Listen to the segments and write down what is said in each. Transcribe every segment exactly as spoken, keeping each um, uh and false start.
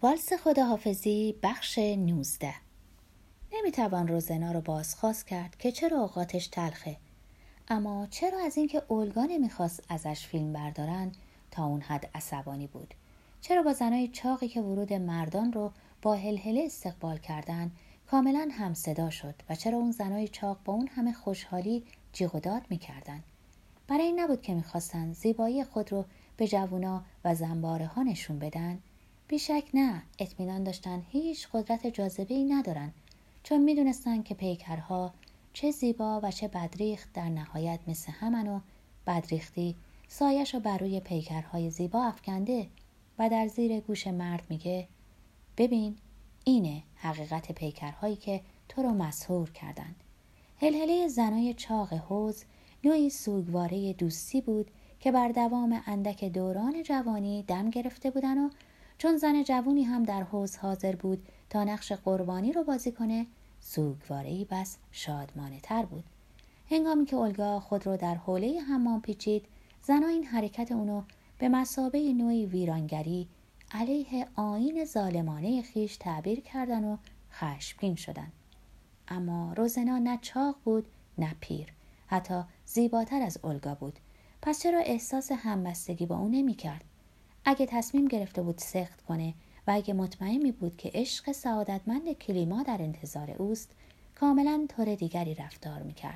والس خداحافظی بخش نوزده. نمیتوان روزنا رو بازخواست کرد که چرا اوقاتش تلخه، اما چرا از اینکه اولگا نمیخواست ازش فیلم بردارن تا اون حد عصبانی بود؟ چرا با زنای چاقی که ورود مردان رو با هلهله استقبال کردن کاملا هم صدا شد و چرا اون زنای چاق با اون همه خوشحالی جیغ و داد میکردن؟ برای این نبود که میخواستن زیبایی خود رو به جوونا و زنباره ها نشون بدن؟ بیشک نه، اطمینان داشتن هیچ قدرت جاذبه‌ای ندارن، چون میدونستن که پیکرها چه زیبا و چه بدریخت در نهایت مثل همن و بدریختی سایش رو بر روی پیکرهای زیبا افکنده و در زیر گوش مرد میگه ببین اینه حقیقت پیکرهایی که تو رو مسحور کردن. هلهله زنای چاق حوض نوعی سوگواره دوستی بود که بر دوام اندک دوران جوانی دم گرفته بودن و چون زن جوونی هم در حوض حاضر بود تا نقش قربانی رو بازی کنه، سوگواره‌ای بس شادمانه تر بود. هنگامی که اولگا خود رو در حوله حمام پیچید، زنها این حرکت اونو به مثابه نوعی ویرانگری علیه آیین ظالمانه خیش تعبیر کردن و خشمگین شدن. اما روزنا نه چاق بود نه پیر، حتی زیباتر از اولگا بود. پس چرا احساس همبستگی با اون نمی کرد؟ اگه تصمیم گرفته بود سخت کنه و اگه مطمئن می بود که عشق سعادتمند کلیما در انتظار اوست، کاملا طور دیگری رفتار می کرد.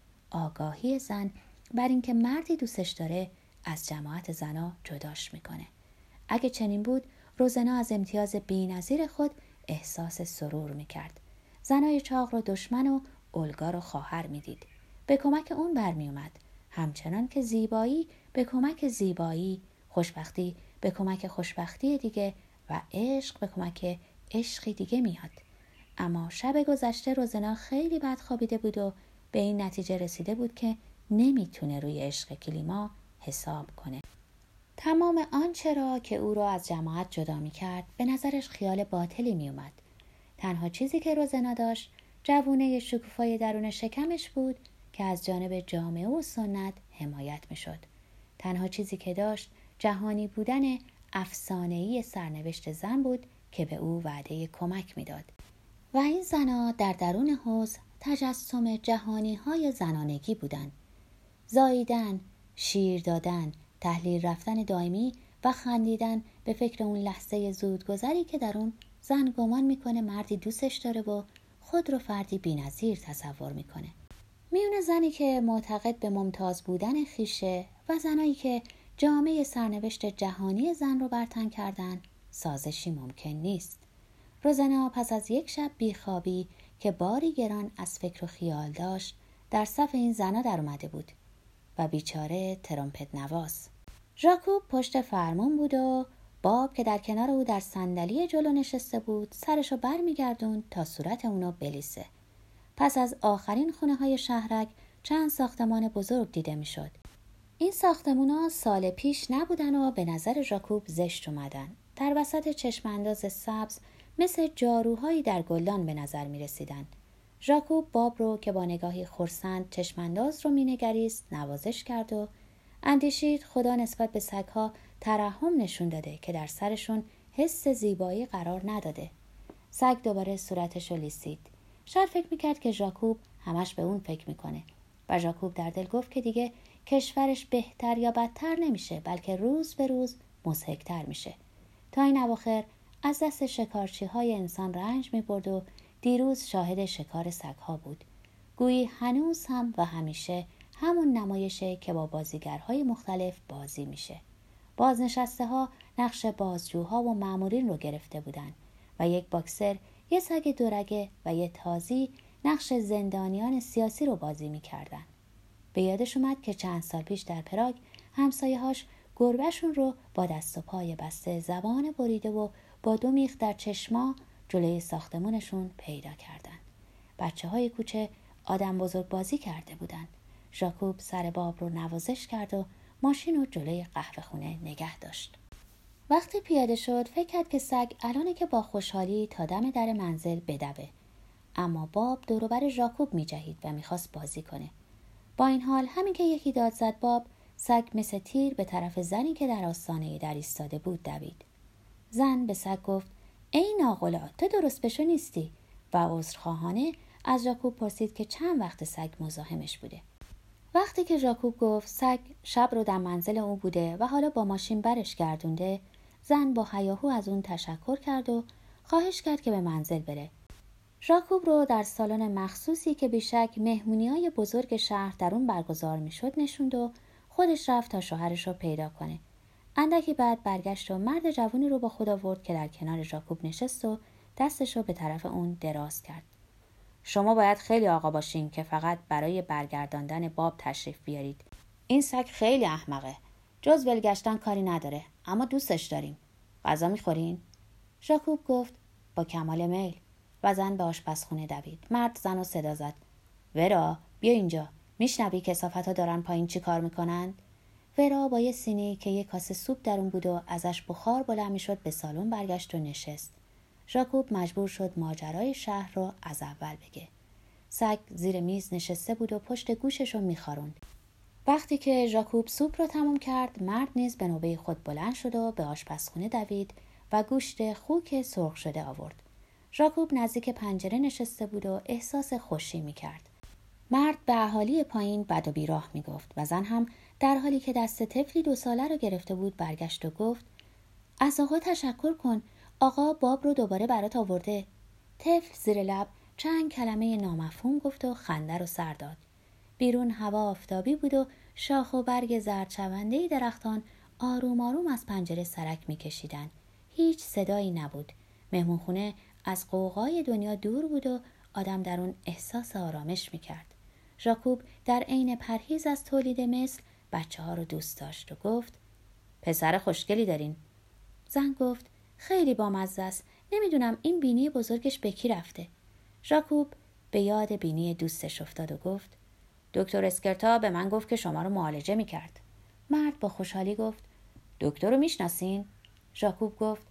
آگاهی زن بر اینکه مردی دوستش داره از جماعت زنا جداش می کنه. اگه چنین بود، روزنا از امتیاز بی‌نظیر خود احساس سرور می کرد. زنای چاق رو دشمن و اولگا رو خواهر می دید. به کمک اون برمی اومد. همچنان که زیبایی به کمک زیبایی، خوشبختی به کمک خوشبختی دیگه و عشق به کمک عشقی دیگه میاد. اما شب گذشته روزنا خیلی بد خوابیده بود و به این نتیجه رسیده بود که نمیتونه روی عشق کلیما حساب کنه. تمام آنچه را که او را از جماعت جدا میکرد به نظرش خیال باطلی میومد. تنها چیزی که روزنا داشت جوونه شکوفای درون شکمش بود که از جانب جامعه و سنت حمایت میشد. تنها چیزی که داشت جهانی بودن افسانه‌ای سرنوشت زن بود که به او وعده کمک میداد. و این زنها در درون حوض تجسم جهانی های زنانگی بودند. زاییدن، شیر دادن، تحلیل رفتن دائمی و خندیدن به فکر اون لحظه زودگذری که در اون زن گمان میکنه مردی دوستش داره و خود رو فردی بی‌نظیر تصور میکنه. میونه زنی که معتقد به ممتاز بودن خیشه و زنایی که جامعه سرنوشت جهانی زن رو برتن کردن، سازشی ممکن نیست. روزنا پس از یک شب بیخوابی که باری گران از فکر و خیال داشت، در صف این زنا در اومده بود و بیچاره ترامپت نواز. ژاکوب پشت فرمون بود و باب که در کنار او در صندلی جلو نشسته بود سرشو بر میگردون تا صورت اونو بلیسه. پس از آخرین خونه های شهرک چند ساختمان بزرگ دیده میشد. این ساختمونا سال پیش نبودن و به نظر ژاکوب زشت اومدن. در وسط چشمانداز سبز مثل جاروهایی در گلدان به نظر می رسیدن. ژاکوب باب رو که با نگاهی خرسند چشمانداز رو می نگریست نوازش کرد و اندیشید خدا نسبت به سگها ترحم نشون داده که در سرشون حس زیبایی قرار نداده. سگ دوباره صورتش رو لیسید. شاید فکر می کرد که ژاکوب همش به اون فکر می کنه و ژاکوب در دل گفت که دیگه کشورش بهتر یا بدتر نمیشه، بلکه روز به روز مضحک‌تر میشه. تا این اواخر از دست شکارچی های انسان رنج میبرد و دیروز شاهد شکار سگها بود. گویی هنوز هم و همیشه همون نمایشه که با بازیگرهای مختلف بازی میشه. بازنشسته ها نقش بازجوها و مامورین رو گرفته بودن و یک باکسر، یه سگ دورگه و یه تازی نقش زندانیان سیاسی رو بازی میکردن. به یادش اومد که چند سال پیش در پراگ همسایه‌هاش گربه‌شون رو با دست و پای بسته، زبان بریده و با دو میخ در چشما جلوی ساختمونشون پیدا کردن. بچه‌های کوچه آدم بزرگ بازی کرده بودن. ژاکوب سر باب رو نوازش کرد و ماشین رو جلوی قهوه خونه نگه داشت. وقتی پیاده شد فکر کرد که سگ الانه که با خوشحالی تا دم در منزل بدوه. اما باب دوروبر ژاکوب میجهید و میخواست بازی کنه. با این حال همین که یکی داد زد باب، سگ مثل تیر به طرف زنی که در آستانه در ایستاده بود دوید. زن به سگ گفت ای ناقلا، تو درست بشو نیستی. و عذرخواهانه از ژاکوب پرسید که چند وقت سگ مزاحمش بوده. وقتی که ژاکوب گفت سگ شب رو در منزل او بوده و حالا با ماشین برش گردونده، زن با هیاهو از اون تشکر کرد و خواهش کرد که به منزل بره. ژاکوب رو در سالن مخصوصی که بیشک مهمونی‌های بزرگ شهر در اون برگزار میشد نشوند و خودش رفت تا شوهرش رو پیدا کنه. اندکی بعد برگشت و مرد جوانی رو با خود آورد که در کنار ژاکوب نشست و دستش رو به طرف اون دراز کرد. شما باید خیلی آقا باشین که فقط برای برگرداندن باب تشریف بیارید. این سگ خیلی احمقه. جز ولگشتن کاری نداره، اما دوستش داریم. غذا میخورین؟ ژاکوب گفت با کمال میل و زن به آشپزخونه دوید. مرد زن رو صدا زد. ورا بیا اینجا. میشنوی کثافت‌ها دارن پایین چی کار میکنن؟ ورا با یه سینی که یه کاسه سوپ در اون بود و ازش بخار بلند میشد به سالن برگشت و نشست. ژاکوب مجبور شد ماجرای شهر رو از اول بگه. سگ زیر میز نشسته بود و پشت گوشش رو میخاروند. وقتی که ژاکوب سوپ رو تموم کرد، مرد نیز به نوبه خود بلند شد و به آشپزخونه دوید و گوشت خوک سرخ شده آورد. ژاکوب نزدیک پنجره نشسته بود و احساس خوشی میکرد. مرد به اهالی پایین بد و بیراه میگفت و زن هم در حالی که دست طفلی دو ساله رو گرفته بود برگشت و گفت از آقا تشکر کن، آقا باب رو دوباره برات آورده. طفل زیر لب چند کلمه نامفهوم گفت و خنده رو سر داد. بیرون هوا آفتابی بود و شاخ و برگ زردچونده‌ای درختان آروم آروم از پنجره سرک می‌کشیدن. هیچ صدایی نبود. مهمونخونه از قوقای دنیا دور بود و آدم در اون احساس آرامش می‌کرد. ژاکوب در عین پرهیز از تولید مثل بچه‌ها رو دوست داشت و گفت پسر خوشگلی دارین. زن گفت خیلی بامزه است. نمیدونم این بینی بزرگش به کی رفته. ژاکوب به یاد بینی دوستش افتاد و گفت دکتر اسکرتا به من گفت که شما رو معالجه میکرد. مرد با خوشحالی گفت دکتر رو میشناسین؟ ژاکوب گفت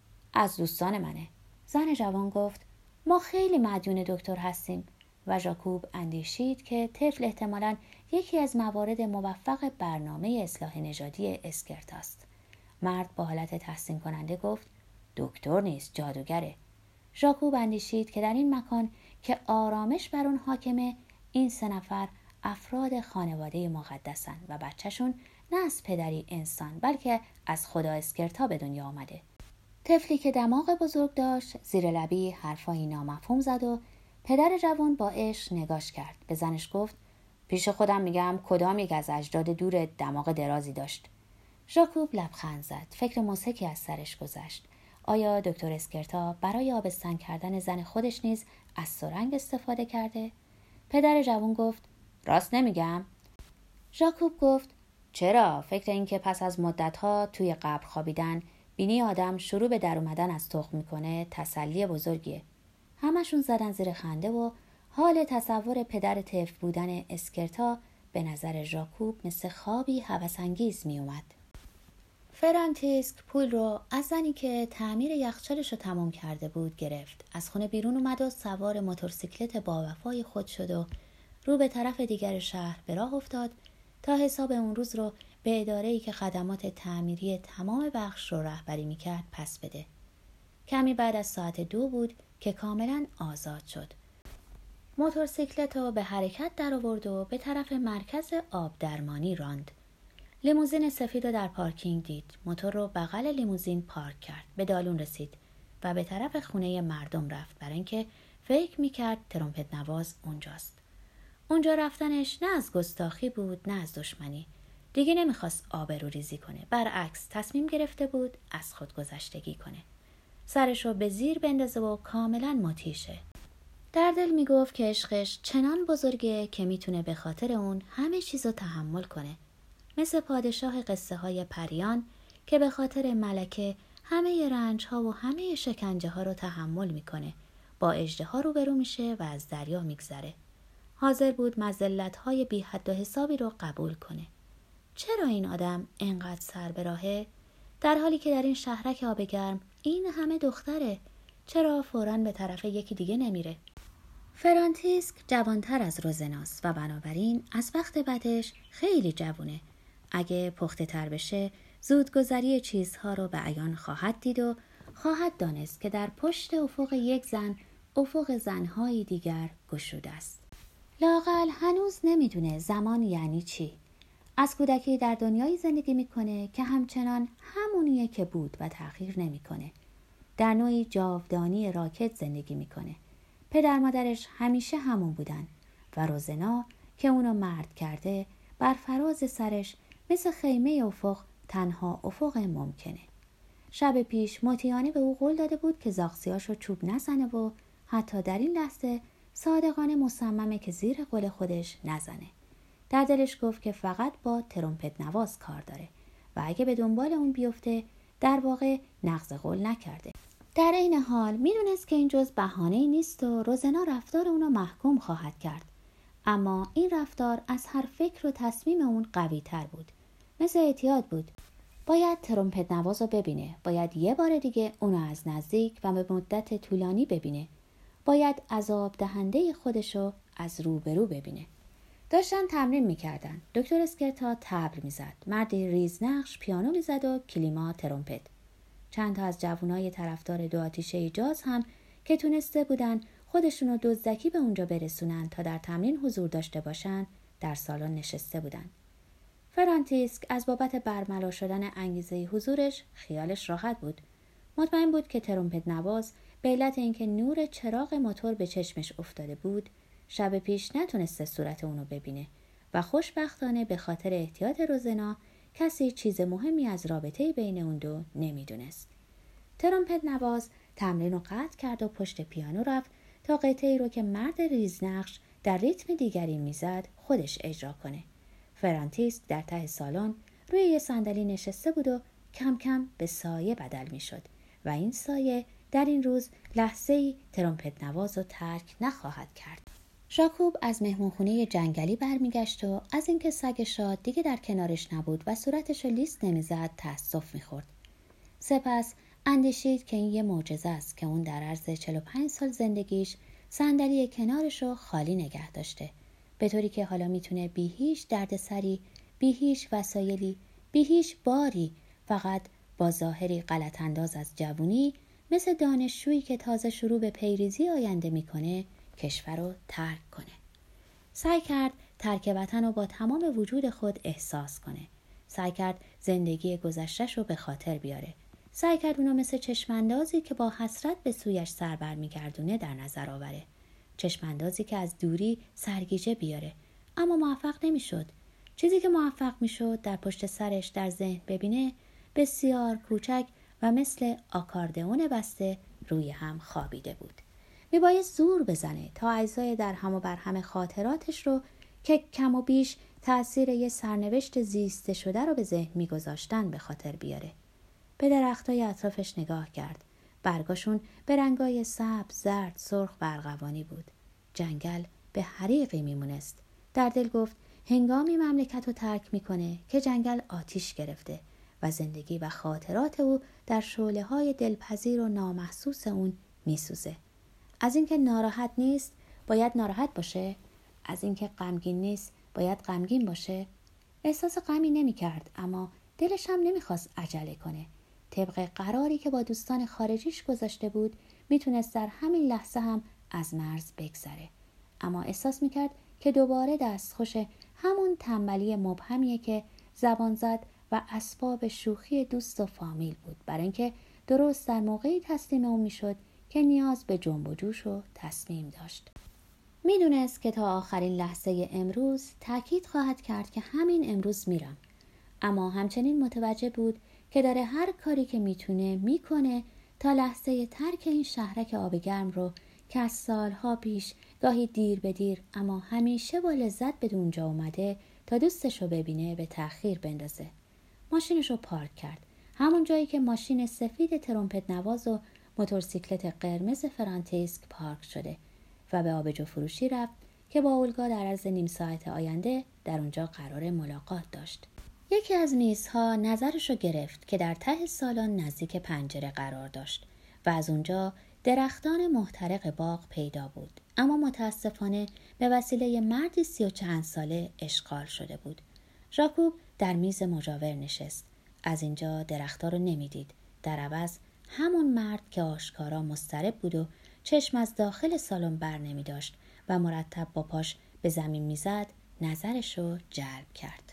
از دوستان منه. زن جوان گفت ما خیلی مدیون دکتر هستیم و ژاکوب اندیشید که طفل احتمالاً یکی از موارد موفق برنامه اصلاح نژادی اسکرتاست. مرد با حالت تحسین کننده گفت دکتر نیست، جادوگره. ژاکوب اندیشید که در این مکان که آرامش بر اون حاکمه، این سه نفر افراد خانواده مقدسن و بچهشون نه از پدری انسان بلکه از خدا اسکرتا به دنیا آمده. طفلی که دماغ بزرگ داشت زیر لبی حرفایی نامفهوم زد و پدر جوان با عشق نگاش کرد. به زنش گفت پیش خودم میگم کدام یک از اجداد دور دماغ درازی داشت. ژاکوب لبخند زد. فکر مضحکی از سرش گذشت. آیا دکتر اسکرتا برای آبستن کردن زن خودش نیز از سرنگ استفاده کرده؟ پدر جوان گفت راست نمیگم؟ ژاکوب گفت چرا؟ فکر این که پس از مدتها توی قبر خوابیدن بینی آدم شروع به در اومدن از تخم میکنه تسلی بزرگیه. همشون زدن زیر خنده و حال تصور پدر طفل بودن اسکرتا به نظر ژاکوب مثل خوابی هوس‌انگیز می اومد. فرانتیسک پول رو از زنی که تعمیر یخچالش رو تمام کرده بود گرفت. از خونه بیرون اومد و سوار موتورسیکلت با وفای خود شد و رو به طرف دیگر شهر به راه افتاد تا حساب اون روز رو به اداره‌ای که خدمات تعمیری تمام بخش رو رهبری میکرد پس بده. کمی بعد از ساعت دو بود که کاملا آزاد شد. موتورسیکلت رو به حرکت در آورد و به طرف مرکز آب درمانی راند. لیموزین سفید رو در پارکینگ دید. موتور رو بغل لیموزین پارک کرد. به دالون رسید و به طرف خونه مردم رفت برای اینکه فکر میکرد ترومپت نواز اونجاست. اونجا رفتنش نه از گستاخی بود نه از دشمنی. دیگه نمیخواست آبروریزی کنه. برعکس تصمیم گرفته بود از خودگذشتگی کنه. سرش رو به زیر بندازه و کاملا مطیع شه. در دل میگفت که عشقش چنان بزرگه که میتونه به خاطر اون همه چیزو تحمل کنه. مثل پادشاه قصه های پریان که به خاطر ملکه همه رنج ها و همه شکنجه ها رو تحمل میکنه. با اژدها روبرو میشه و از دریا میگذره. حاضر بود مذلت های بی حد و حسابی رو قبول کنه. چرا این آدم انقدر سر به راهه؟ در حالی که در این شهرک آب گرم این همه دختره، چرا فوراً به طرف یکی دیگه نمیره؟ فرانتیسک جوانتر از روزناست و بنابراین از وقت بعدش خیلی جوونه. اگه پخته تر بشه زودگذری چیزها رو به عیان خواهد دید و خواهد دانست که در پشت افق یک زن افق زنهای دیگر گشوده است. لااقل هنوز نمیدونه زمان یعنی چی. از کودکی در دنیایی زندگی میکنه که همچنان همونیه که بود و تغییر نمیکنه. در نوعی جاودانی راکت زندگی میکنه. پدر مادرش همیشه همون بودن و روزنا که اونو مرد کرده بر فراز سرش مثل خیمه افق تنها افق ممکنه. شب پیش مطیعانه به او قول داده بود که زاغسیاشو چوب نزنه و حتی در این لحظه صادقانه مصممه که زیر قول خودش نزنه. در دلش گفت که فقط با ترومپت نواز کار داره و اگه به دنبال اون بیفته در واقع نقض قول نکرده. در این حال میدونست که این جز بهانه‌ای نیست و روزنا رفتار اونو محکوم خواهد کرد. اما این رفتار از هر فکر و تصمیم اون قوی تر بود. مثل اعتیاد بود. باید ترومپت نواز رو ببینه. باید یه بار دیگه اونو از نزدیک و به مدت طولانی ببینه. باید عذاب دهنده خودشو از روبرو ببینه. داشتن تمرین میکردن. دکتر اسکرتا تبل میزد. مردی ریزنقش پیانو میزد و کلیما ترومپت. چند تا از جوانای طرفدار دو آتیشه جاز هم که تونسته بودن خودشونو دزدکی به اونجا برسونن تا در تمرین حضور داشته باشن در سالن نشسته بودن. فرانتیسک از بابت برملا شدن انگیزه حضورش خیالش راحت بود. مطمئن بود که ترومپت نواز به علت اینکه نور چراغ موتور به چشمش افتاده بود شب پیش نتونسته صورت اونو ببینه و خوشبختانه به خاطر احتیاط روزنا کسی چیز مهمی از رابطه بین اون دو نمیدونست. ترومپت نواز تمرین رو قطع کرد و پشت پیانو رفت تا قطعه‌ای رو که مرد ریزنقش در ریتم دیگری میزد خودش اجرا کنه. فرانتیسک در ته سالن روی یه صندلی نشسته بود و کم کم به سایه بدل میشد و این سایه در این روز لحظه‌ای ترومپت نواز رو ترک نخواهد کرد. ژاکوب از مهمونخونه جنگلی برمیگشت و از اینکه سگ شاد دیگه در کنارش نبود و صورتش رو لیست نمیزد تأسف میخورد. سپس اندیشید که این یه معجزه است که اون در عرض چهل و پنج سال زندگیش صندلی کنارش رو خالی نگه داشته، به طوری که حالا میتونه بی هیچ دردسری، بی هیچ وسایلی، بی هیچ باری، فقط با ظاهری غلط انداز از جوونی مثل دانشجویی که تازه شروع به پیریزی آینده میکنه کشور رو ترک کنه. سعی کرد ترک وطن رو با تمام وجود خود احساس کنه. سعی کرد زندگی گذشته‌ش رو به خاطر بیاره. سعی کرد اونو مثل چشماندازی که با حسرت به سویش سر برمیگردونه در نظر آوره. چشماندازی که از دوری سرگیجه بیاره. اما موفق نمیشد. چیزی که موفق میشد در پشت سرش در ذهن ببینه بسیار کوچک و مثل آکاردئون بسته روی هم خوابیده بود. میبایست زور بزنه تا اجزای در هم و بر هم خاطراتش رو که کم و بیش تأثیر یه سرنوشت زیسته شده رو به ذهن میگذاشتن به خاطر بیاره. به درختای اطرافش نگاه کرد. برگاشون به رنگای سبز، زرد، سرخ و ارغوانی بود. جنگل به حریقی میمونست. در دل گفت هنگامی مملکت رو ترک میکنه که جنگل آتیش گرفته و زندگی و خاطرات او در شعله‌های دلپذیر و نامحسوس اون میسوزه. از اینکه ناراحت نیست باید ناراحت باشه، از اینکه غمگین نیست باید غمگین باشه. احساس غمی نمی‌کرد اما دلش هم نمی‌خواست عجله کنه. طبق قراری که با دوستان خارجیش گذاشته بود میتونست در همین لحظه هم از مرز بگذره، اما احساس می‌کرد که دوباره دستخوش همون تنبلی مبهمیه که زبان زد و اسباب شوخی دوست و فامیل بود، برای اینکه درست در موقعی تسلیم اون میشد که نیاز به جنب و جوش و تصمیم داشت. میدونست که تا آخرین لحظه امروز تأکید خواهد کرد که همین امروز میرم، اما همچنین متوجه بود که داره هر کاری که میتونه میکنه تا لحظه ترک این شهرک آب گرم رو که از سالها پیش گاهی دیر به دیر اما همیشه با لذت به اونجا اومده تا دوستشو ببینه به تأخیر بندازه. ماشینشو پارک کرد، همون جایی که ماشین سفید ترومپت نواز و موتورسیکلت قرمز فرانتیسک پارک شده و به آبجو فروشی رفت که با اولگا در عرض نیم ساعت آینده در اونجا قرار ملاقات داشت. یکی از میزها نظرشو گرفت که در ته سالن نزدیک پنجره قرار داشت و از اونجا درختان محترق باغ پیدا بود، اما متاسفانه به وسیله مردی سی و چند ساله اشغال شده بود. ژاکوب در میز مجاور نشست. از اینجا درخت‌ها رو نمیدید. در عوض همون مرد که آشکارا مضطرب بود و چشم از داخل سالن بر نمی داشت و مرتب با پاش به زمین می زد نظرش رو جلب کرد.